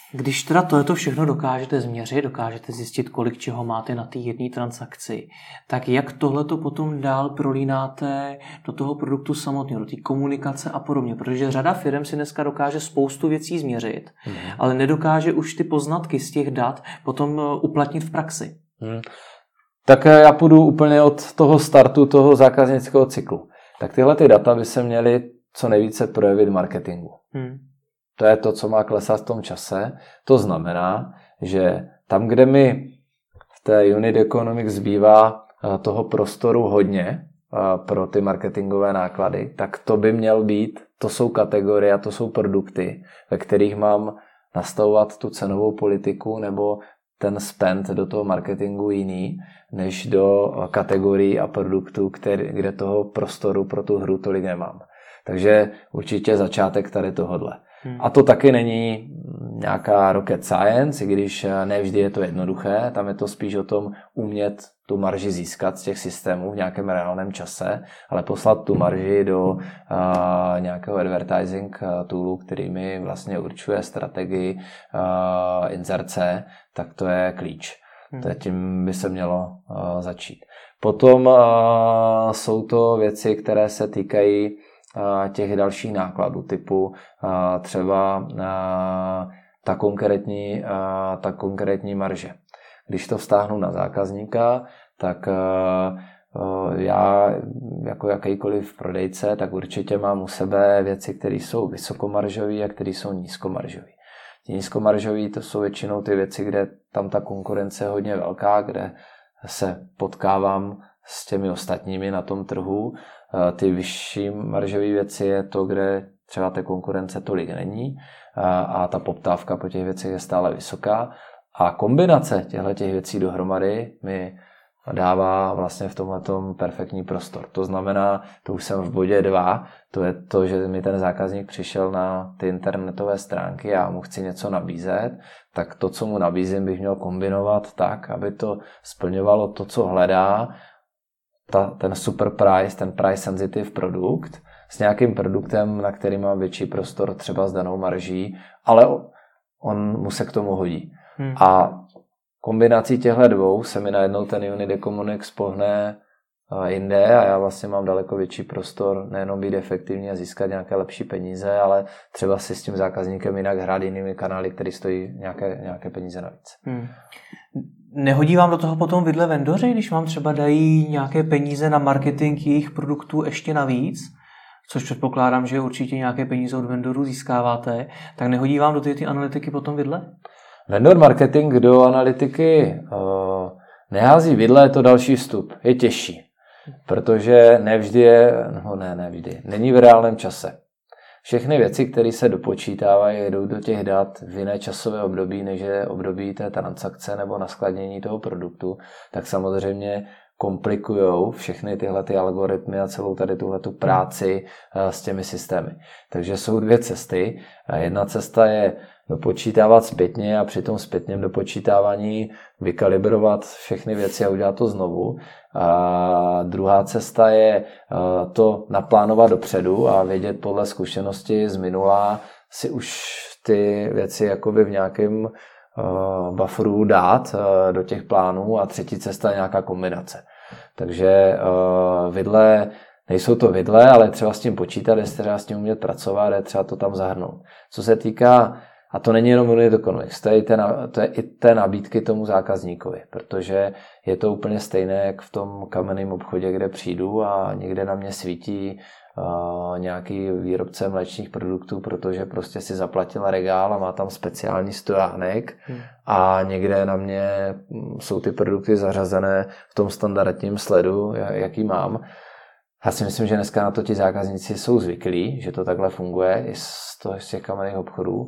Speaker 1: Když teda tohleto všechno dokážete změřit, dokážete zjistit, kolik čeho máte na té jedné transakci, tak jak tohleto potom dál prolínáte do toho produktu samotného, do té komunikace a podobně? Protože řada firm si dneska dokáže spoustu věcí změřit, ale nedokáže už ty poznatky z těch dat potom uplatnit v praxi.
Speaker 2: Tak já půjdu úplně od toho startu toho zákaznického cyklu. Tak tyhle ty data by se měly co nejvíce projevit v marketingu. To je to, co má klesat v tom čase. To znamená, že tam, kde mi v té unit economics zbývá toho prostoru hodně pro ty marketingové náklady, tak to by měl být, to jsou kategorie a to jsou produkty, ve kterých mám nastavovat tu cenovou politiku nebo ten spend do toho marketingu jiný, než do kategorií a produktů, kde toho prostoru pro tu hru tolik nemám. Takže určitě začátek tady tohodle. A to taky není nějaká rocket science, i když nevždy je to jednoduché, tam je to spíš o tom umět tu marži získat z těch systémů v nějakém reálném čase, ale poslat tu marži do nějakého advertising toolu, který mi vlastně určuje strategii inzerce, tak to je klíč. Tím by se mělo začít. Potom jsou to věci, které se týkají těch dalších nákladů, typu třeba ta konkrétní marže. Když to vztáhnu na zákazníka, tak já jako jakýkoliv prodejce, tak určitě mám u sebe věci, které jsou vysokomaržové a které jsou nízkomaržové. Ty nízkomaržové to jsou většinou ty věci, kde tam ta konkurence je hodně velká, kde se potkávám s těmi ostatními na tom trhu. Ty vyšší maržové věci je to, kde třeba té konkurence tolik není a ta poptávka po těch věcech je stále vysoká. A kombinace těchto věcí dohromady mi dává vlastně v tomhletom perfektní prostor. To znamená, to už jsem v bodě 2, to je to, že mi ten zákazník přišel na ty internetové stránky a já mu chci něco nabízet, tak to, co mu nabízím, bych měl kombinovat tak, aby to splňovalo to, co hledá, ten super price, ten price sensitive produkt s nějakým produktem, na který mám větší prostor třeba s danou marží, ale on mu se k tomu hodí. A kombinací těchto dvou se mi najednou ten unit economics pohne jinde a já vlastně mám daleko větší prostor nejenom být efektivní a získat nějaké lepší peníze, ale třeba si s tím zákazníkem jinak hrát jinými kanály, které stojí nějaké peníze navíc.
Speaker 1: Nehodí vám do toho potom vidle vendoři, když vám třeba dají nějaké peníze na marketing jejich produktů ještě navíc, což předpokládám, že určitě nějaké peníze od vendorů získáváte, tak nehodí vám do ty analytiky potom vidle?
Speaker 2: Vendor marketing do analytiky nehází vidle, je to další vstup, je těžší, protože nevždy není v reálném čase. Všechny věci, které se dopočítávají, jdou do těch dat v jiné časové období, než je období té transakce nebo naskladnění toho produktu, tak samozřejmě komplikujou všechny tyhle ty algoritmy a celou tady tuhletu práci s těmi systémy. Takže jsou dvě cesty. Jedna cesta je dopočítávat zpětně a při tom zpětném dopočítávání vykalibrovat všechny věci a udělat to znovu. A druhá cesta je to naplánovat dopředu a vědět podle zkušenosti z minula si už ty věci jakoby v nějakém bufferu dát do těch plánů a třetí cesta je nějaká kombinace. Takže nejsou to vidle, ale třeba s tím počítat, je třeba s tím umět pracovat, je třeba to tam zahrnout. Co se týká, a to není jenom unit economics, to je i té nabídky tomu zákazníkovi, protože je to úplně stejné, jak v tom kamenném obchodě, kde přijdu a někde na mě svítí nějaký výrobce mléčných produktů, protože prostě si zaplatil regál a má tam speciální stojánek a někde na mě jsou ty produkty zařazené v tom standardním sledu, jaký mám. Já si myslím, že dneska na to ti zákazníci jsou zvyklí, že to takhle funguje i z těch kamenných obchodů.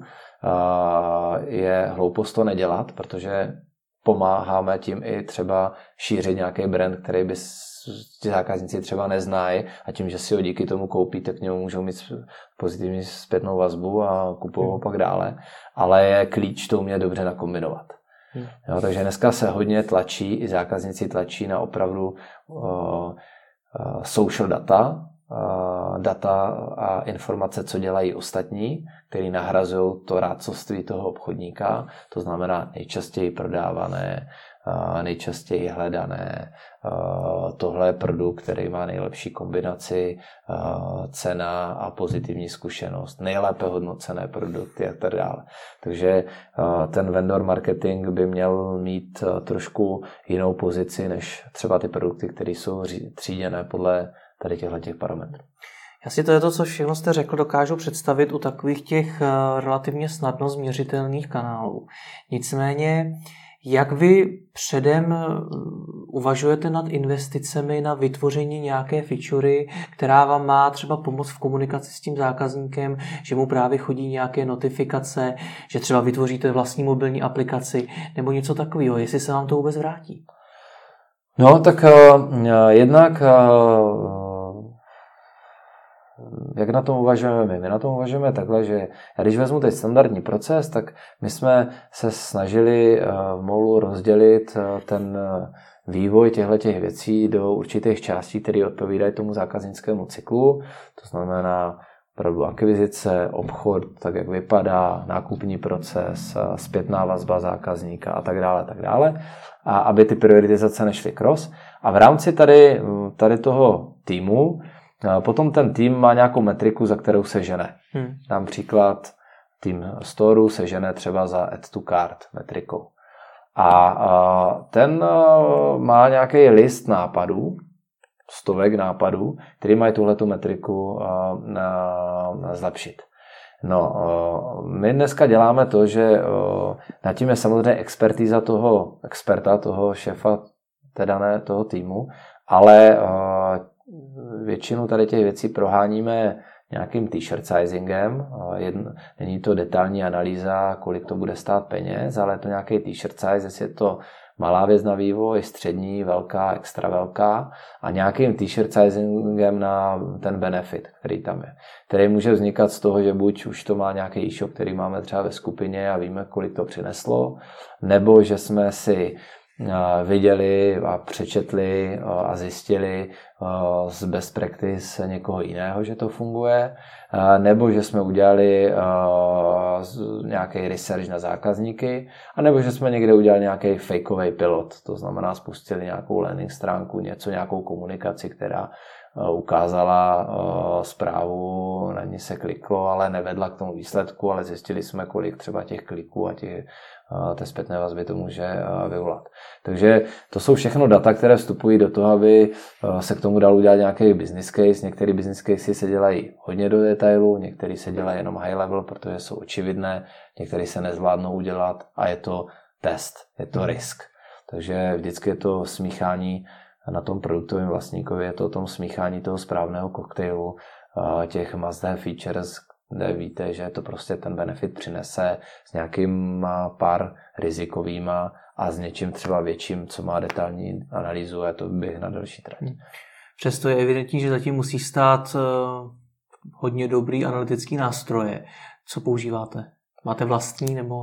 Speaker 2: Je hloupost to nedělat, protože pomáháme tím i třeba šířit nějaký brand, který by ti zákazníci třeba neznají a tím, že si ho díky tomu koupí, tak k němu můžou mít pozitivní zpětnou vazbu a kupují ho pak dále. Ale je klíč to umět dobře nakombinovat. Jo, takže dneska se hodně tlačí, i zákazníci tlačí na opravdu social data, data a informace, co dělají ostatní, který nahrazují to rádcovství toho obchodníka, to znamená nejčastěji prodávané, nejčastěji hledané, tohle je produkt, který má nejlepší kombinaci, cena a pozitivní zkušenost, nejlépe hodnocené produkty a tak dále. Takže ten vendor marketing by měl mít trošku jinou pozici než třeba ty produkty, které jsou tříděné podle tady těchto parametrů.
Speaker 1: Já si to je to, co všechno jste řekl, dokážu představit u takových těch relativně snadno změřitelných kanálů. Nicméně, jak vy předem uvažujete nad investicemi na vytvoření nějaké featurey, která vám má třeba pomoct v komunikaci s tím zákazníkem, že mu právě chodí nějaké notifikace, že třeba vytvoříte vlastní mobilní aplikaci nebo něco takového, jestli se vám to vůbec vrátí?
Speaker 2: No, tak jednak jak na tom uvažujeme my? My na tom uvažujeme takhle, že když vezmu teď standardní proces, tak my jsme se snažili v Moulu rozdělit ten vývoj těchto věcí do určitých částí, které odpovídají tomu zákaznickému cyklu. To znamená opravdu akvizice, obchod, tak jak vypadá, nákupní proces, zpětná vazba zákazníka a tak dále. A aby ty prioritizace nešly cross. A v rámci tady toho týmu potom ten tým má nějakou metriku, za kterou se žene. Dám příklad, tým Storeu se žene třeba za Add to Cart metrikou. A ten má nějaký list nápadů, stovek nápadů, který mají tuhletu metriku zlepšit. No, my dneska děláme to, že nad tím je samozřejmě expertíza toho experta, toho šéfa toho týmu, ale většinu tady těch věcí proháníme nějakým t-shirt sizingem. Není to detailní analýza, kolik to bude stát peněz, ale je to nějaký t-shirt size, jestli je to malá věc na vývoj, střední, velká, extra velká a nějakým t-shirt sizingem na ten benefit, který tam je. Který může vznikat z toho, že buď už to má nějaký e-shop, který máme třeba ve skupině a víme, kolik to přineslo, nebo že jsme si viděli a přečetli a zjistili z best practice někoho jiného, že to funguje, nebo že jsme udělali nějaký research na zákazníky, a nebo že jsme někde udělali nějaký fakeový pilot, to znamená spustili nějakou landing stránku, nějakou komunikaci, která ukázala zprávu, na ní se kliklo, ale nevedla k tomu výsledku, ale zjistili jsme, kolik třeba těch kliků a té zpětné vazby to může vyvolat. Takže to jsou všechno data, které vstupují do toho, aby se k tomu dal udělat nějaký business case. Některé business casey se dělají hodně do detailu, některé se dělají jenom high level, protože jsou očividné, některé se nezvládnou udělat a je to test, je to risk. Takže vždycky je to smíchání na tom produktovém vlastníkovi, je to o tom smíchání toho správného koktejlu, těch must have features, kde víte, že to prostě ten benefit přinese s nějakým pár rizikovýma a s něčím třeba větším, co má detailní analýzu, a to běh na další trať.
Speaker 1: Přesto je evidentní, že zatím musí stát hodně dobrý analytický nástroje. Co používáte? Máte vlastní nebo?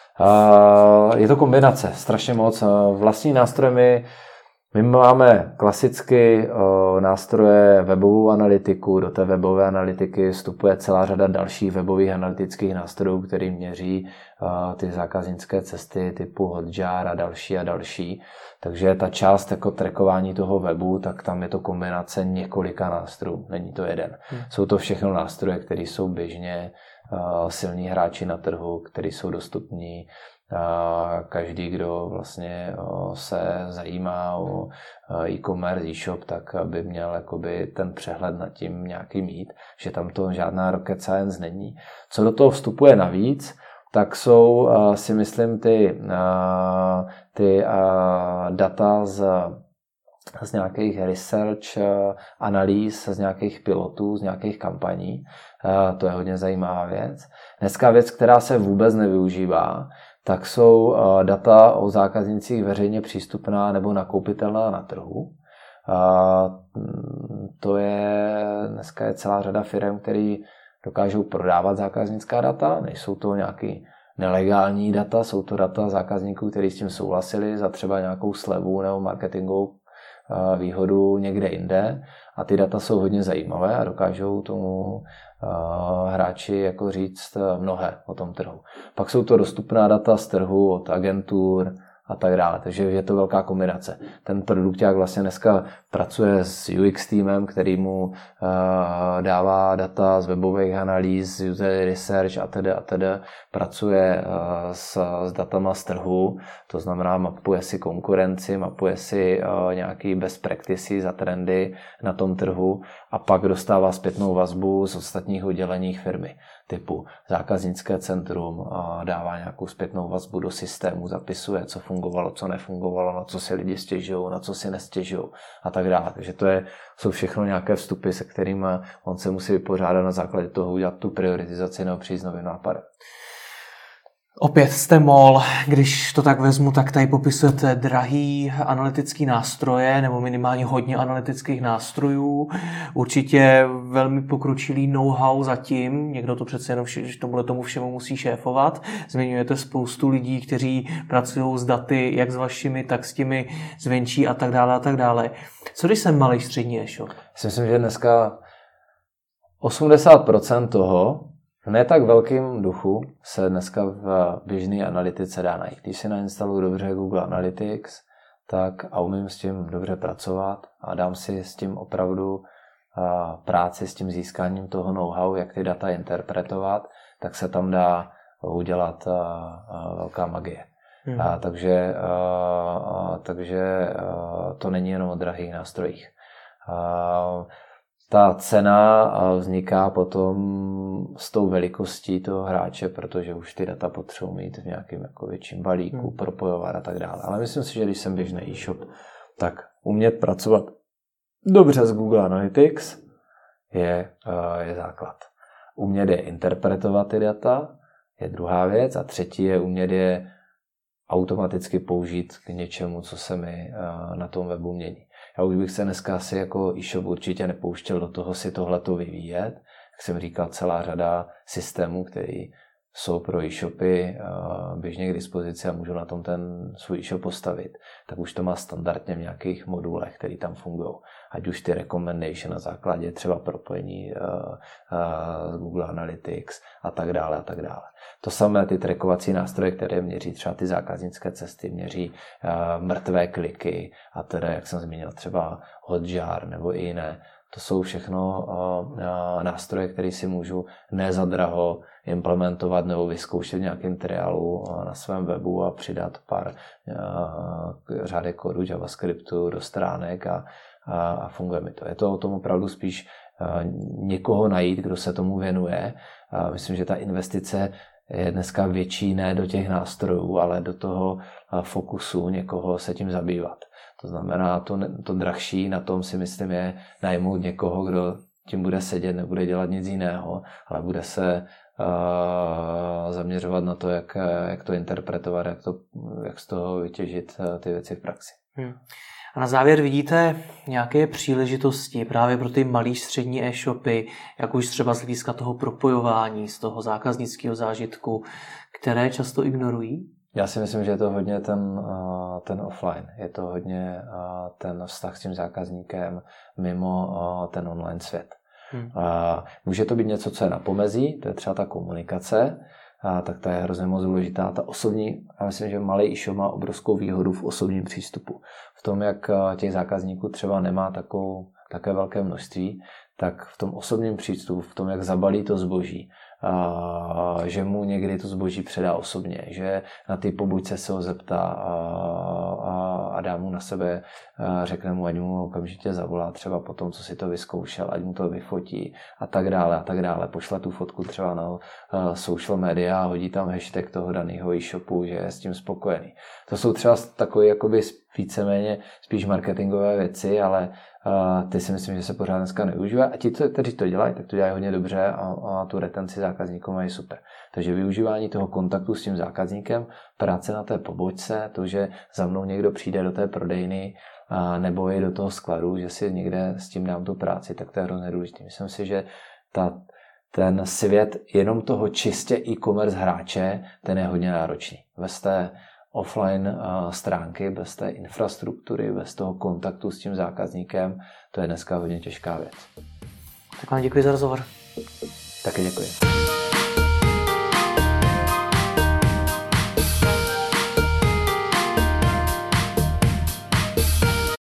Speaker 2: Je to kombinace, strašně moc. Vlastní nástroje my máme klasicky nástroje webovou analytiku, do té webové analytiky vstupuje celá řada dalších webových analytických nástrojů, který měří ty zákaznické cesty typu Hotjar a další. Takže ta část jako trackování toho webu, tak tam je to kombinace několika nástrojů, není to jeden. Jsou to všechno nástroje, které jsou běžně silní hráči na trhu, které jsou dostupní. Každý, kdo vlastně se zajímá o e-commerce, e-shop, tak by měl jakoby ten přehled nad tím nějaký mít, že tam to žádná rocket science není. Co do toho vstupuje navíc, tak jsou, si myslím, ty data z nějakých research analýz, z nějakých pilotů, z nějakých kampaní. To je hodně zajímavá věc. Dneska věc, která se vůbec nevyužívá, tak jsou data o zákaznicích veřejně přístupná nebo nakoupitelná na trhu. To je dneska celá řada firm, které dokážou prodávat zákaznická data. Nejsou to nějaký nelegální data, jsou to data zákazníků, kteří s tím souhlasili za třeba nějakou slevu nebo marketingovou výhodu někde jinde a ty data jsou hodně zajímavé a dokážou tomu hráči jako říct mnohé o tom trhu. Pak jsou to dostupná data z trhu od agentur a tak dále, takže je to velká kombinace. Ten produkták vlastně dneska pracuje s UX týmem, který mu dává data z webových analýz, user research atd. Pracuje s datama z trhu, to znamená mapuje si konkurenci, mapuje si nějaký best practices a trendy na tom trhu a pak dostává zpětnou vazbu z ostatních oddělení firmy, typu zákaznické centrum, dává nějakou zpětnou vazbu do systému, zapisuje, co fungovalo, co nefungovalo, na co si lidi stěžují, na co si nestěžují a tak dále. Takže to jsou všechno nějaké vstupy, se kterými on se musí vypořádat na základě toho udělat tu prioritizaci nebo přijít s novým nápadem.
Speaker 1: Opět jste MOL, když to tak vezmu, tak tady popisujete drahý analytický nástroje, nebo minimálně hodně analytických nástrojů, určitě velmi pokročilý know-how zatím, někdo to přece jenom tomu všemu musí šéfovat, zmiňujete spoustu lidí, kteří pracují s daty, jak s vašimi, tak s těmi zvenčí a tak dále a tak dále. Co když jsem malý střední e-shop?
Speaker 2: Myslím, že dneska 80% toho, v ne tak velkým duchu se dneska v běžné analytice dá najít. Když si nainstaluju dobře Google Analytics, tak a umím s tím dobře pracovat a dám si s tím opravdu práci, s tím získáním toho know-how, jak ty data interpretovat, tak se tam dá udělat velká magie. Takže to není jenom o drahých nástrojích. Ta cena vzniká potom s tou velikostí toho hráče, protože už ty data potřebují mít v nějakém jako větším balíku, propojovat a tak dále. Ale myslím si, že když jsem běžný e-shop, tak umět pracovat dobře s Google Analytics je základ. Umět je interpretovat ty data je druhá věc a třetí je umět je automaticky použít k něčemu, co se mi na tom webu mění. Já už bych se dneska asi jako e-shop určitě nepouštěl do toho si tohleto vyvíjet. Jak jsem říkal, celá řada systémů, které jsou pro e-shopy běžně k dispozici a můžu na tom ten svůj e-shop postavit, tak už to má standardně v nějakých modulech, které tam fungují. Ať už ty recommendation na základě třeba propojení z Google Analytics a tak dále a tak dále. To samé ty trackovací nástroje, které měří třeba ty zákaznické cesty, měří mrtvé kliky a teda, jak jsem zmínil, třeba Hotjar nebo i jiné. To jsou všechno nástroje, které si můžu nezadraho implementovat nebo vyzkoušet v nějakém triálu na svém webu a přidat pár řádek kódu JavaScriptu do stránek a funguje mi to. Je to o tom opravdu spíš někoho najít, kdo se tomu věnuje. Myslím, že ta investice je dneska větší ne do těch nástrojů, ale do toho fokusu někoho se tím zabývat. To znamená, to drahší na tom si myslím je najmout někoho, kdo tím bude sedět, nebude dělat nic jiného, ale bude se zaměřovat na to, jak to interpretovat, jak z toho vytěžit ty věci v praxi.
Speaker 1: A na závěr vidíte nějaké příležitosti právě pro ty malý střední e-shopy, jak už třeba z hlediska toho propojování, z toho zákaznického zážitku, které často ignorují?
Speaker 2: Já si myslím, že je to hodně ten offline. Je to hodně ten vztah s tím zákazníkem mimo ten online svět. Může to být něco, co je na pomezí, to je třeba ta komunikace, tak ta je hrozně moc důležitá. Ta osobní, já myslím, že malý e-shop má obrovskou výhodu v osobním přístupu. V tom, jak těch zákazníků třeba nemá také velké množství, tak v tom osobním přístupu, v tom, jak zabalí to zboží, že mu někdy to zboží předá osobně, že na té pobočce se ho zeptá a dá mu na sebe, řekne mu, ať mu okamžitě zavolá třeba po tom, co si to vyzkoušel, ať mu to vyfotí a tak dále. Pošle tu fotku třeba na social media a hodí tam hashtag toho daného e-shopu, že je s tím spokojený. To jsou třeba takové jakoby víceméně spíš marketingové věci, ale ty si myslím, že se pořád dneska nevyužívají. A ti, kteří to dělají, tak to dělají hodně dobře a tu retenci zákazníků mají super. Takže využívání toho kontaktu s tím zákazníkem, práce na té pobočce, to, že za mnou někdo přijde do té prodejny nebo je do toho skladu, že si někde s tím dám tu práci, tak to je hrozně důležité. Myslím si, že ten svět jenom toho čistě e-commerce hráče, ten je hodně náročný. Veste offline stránky, bez té infrastruktury, bez toho kontaktu s tím zákazníkem, to je dneska hodně těžká věc.
Speaker 1: Tak vám děkuji za rozhovor.
Speaker 2: Taky děkuji.